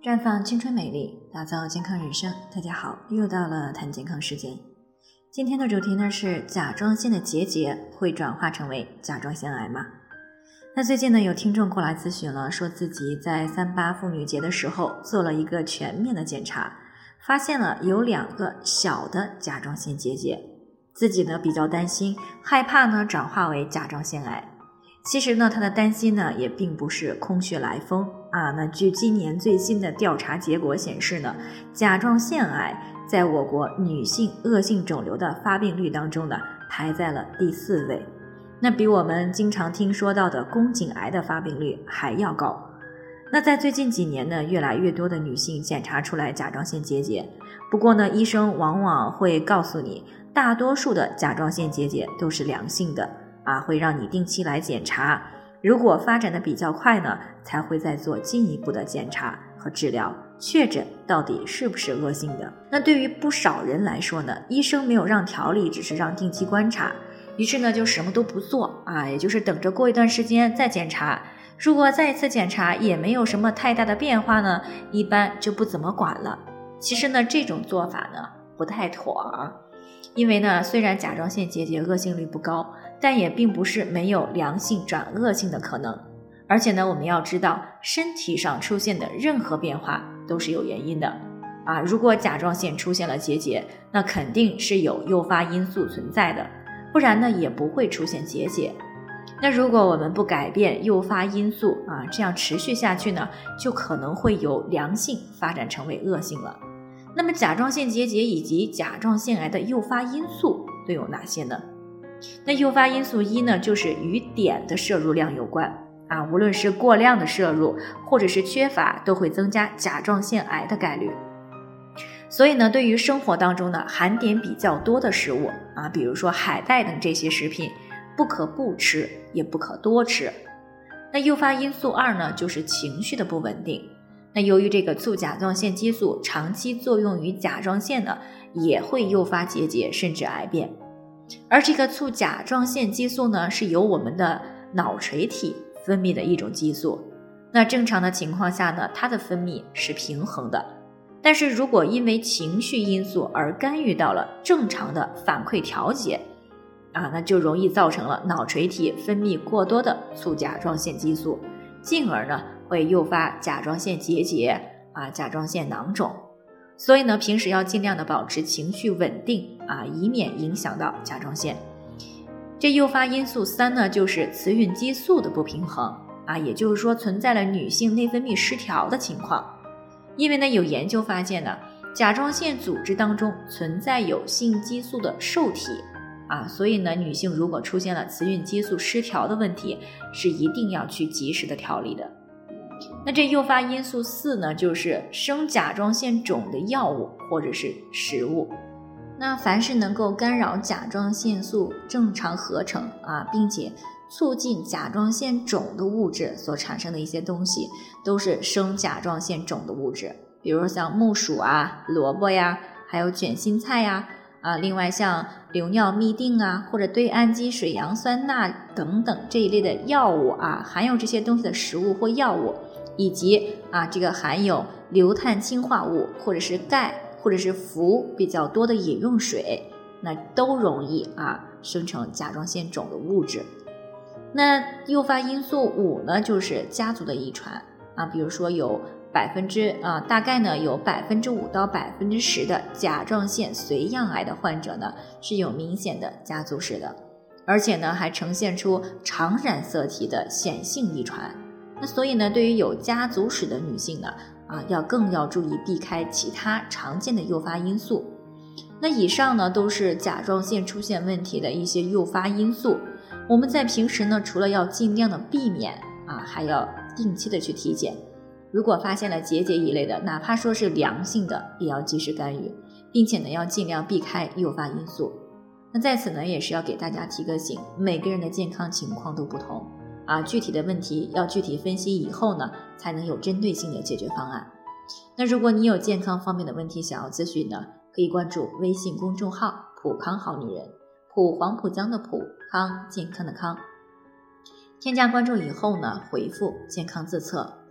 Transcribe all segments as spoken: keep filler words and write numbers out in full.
绽放青春美丽，打造健康人生。大家好，又到了谈健康时间。今天的主题呢是甲状腺的结节会转化成为甲状腺癌吗？那最近呢有听众过来咨询了，说自己在三八妇女节的时候做了一个全面的检查，发现了有两个小的甲状腺结节，自己呢比较担心，害怕呢转化为甲状腺癌。其实呢他的担心呢也并不是空穴来风啊。那据今年最新的调查结果显示呢，甲状腺癌在我国女性恶性肿瘤的发病率当中呢排在了第四位，那比我们经常听说到的宫颈癌的发病率还要高。那在最近几年呢，越来越多的女性检查出来甲状腺结节，不过呢医生往往会告诉你，大多数的甲状腺结节都是良性的啊，会让你定期来检查，如果发展的比较快呢，才会再做进一步的检查和治疗，确诊到底是不是恶性的。那对于不少人来说呢，医生没有让调理，只是让定期观察，于是呢就什么都不做啊，也就是等着过一段时间再检查，如果再一次检查也没有什么太大的变化呢，一般就不怎么管了。其实呢这种做法呢不太妥啊，因为呢虽然甲状腺结节恶性率不高，但也并不是没有良性转恶性的可能。而且呢我们要知道，身体上出现的任何变化都是有原因的啊。如果甲状腺出现了结节，那肯定是有诱发因素存在的，不然呢也不会出现结节。那如果我们不改变诱发因素啊，这样持续下去呢，就可能会由良性发展成为恶性了。那么甲状腺结节以及甲状腺癌的诱发因素都有哪些呢？那诱发因素一呢，就是与碘的摄入量有关啊，无论是过量的摄入或者是缺乏，都会增加甲状腺癌的概率。所以呢，对于生活当中呢含碘比较多的食物啊，比如说海带等这些食品，不可不吃，也不可多吃。那诱发因素二呢，就是情绪的不稳定。那由于这个促甲状腺激素长期作用于甲状腺呢，也会诱发结节甚至癌变。而这个促甲状腺激素呢，是由我们的脑垂体分泌的一种激素。那正常的情况下呢，它的分泌是平衡的。但是如果因为情绪因素而干预到了正常的反馈调节啊，那就容易造成了脑垂体分泌过多的促甲状腺激素，进而呢会诱发甲状腺结节啊、甲状腺囊肿。所以呢平时要尽量的保持情绪稳定啊，以免影响到甲状腺。这诱发因素三呢，就是雌孕激素的不平衡啊，也就是说存在了女性内分泌失调的情况。因为呢有研究发现呢，甲状腺组织当中存在有性激素的受体啊，所以呢女性如果出现了雌孕激素失调的问题，是一定要去及时的调理的。那这诱发因素四呢，就是生甲状腺肿的药物或者是食物。那凡是能够干扰甲状腺素正常合成啊，并且促进甲状腺肿的物质所产生的一些东西，都是生甲状腺肿的物质。比如像木薯啊、萝卜呀，还有卷心菜呀啊，另外像硫尿嘧啶啊，或者对氨基水杨酸钠等等这一类的药物啊，含有这些东西的食物或药物，以及啊这个含有硫碳氢化物或者是钙或者是氟比较多的饮用水，那都容易啊生成甲状腺肿的物质。那诱发因素五呢，就是家族的遗传啊，比如说有百分之啊，大概呢有百分之五到百分之十的甲状腺髓样癌的患者呢是有明显的家族史的，而且呢还呈现出常染色体的显性遗传。那所以呢，对于有家族史的女性呢啊，要更要注意避开其他常见的诱发因素。那以上呢都是甲状腺出现问题的一些诱发因素。我们在平时呢，除了要尽量的避免啊，还要定期的去体检。如果发现了结节一类的，哪怕说是良性的，也要及时干预，并且呢要尽量避开诱发因素。那在此呢也是要给大家提个醒，每个人的健康情况都不同啊，具体的问题要具体分析以后呢，才能有针对性的解决方案。那如果你有健康方面的问题想要咨询呢，可以关注微信公众号普康好女人，普黄浦江的普，康健康的康。添加关注以后呢，回复健康自测，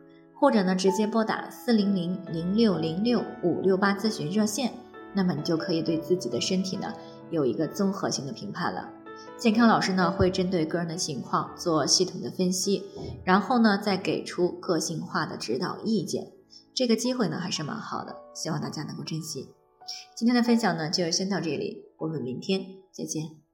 或者呢直接拨打四零零零六零六五六八咨询热线，那么你就可以对自己的身体呢有一个综合性的评判了。健康老师呢会针对个人的情况做系统的分析，然后呢再给出个性化的指导意见。这个机会呢还是蛮好的，希望大家能够珍惜。今天的分享呢就先到这里，我们明天再见。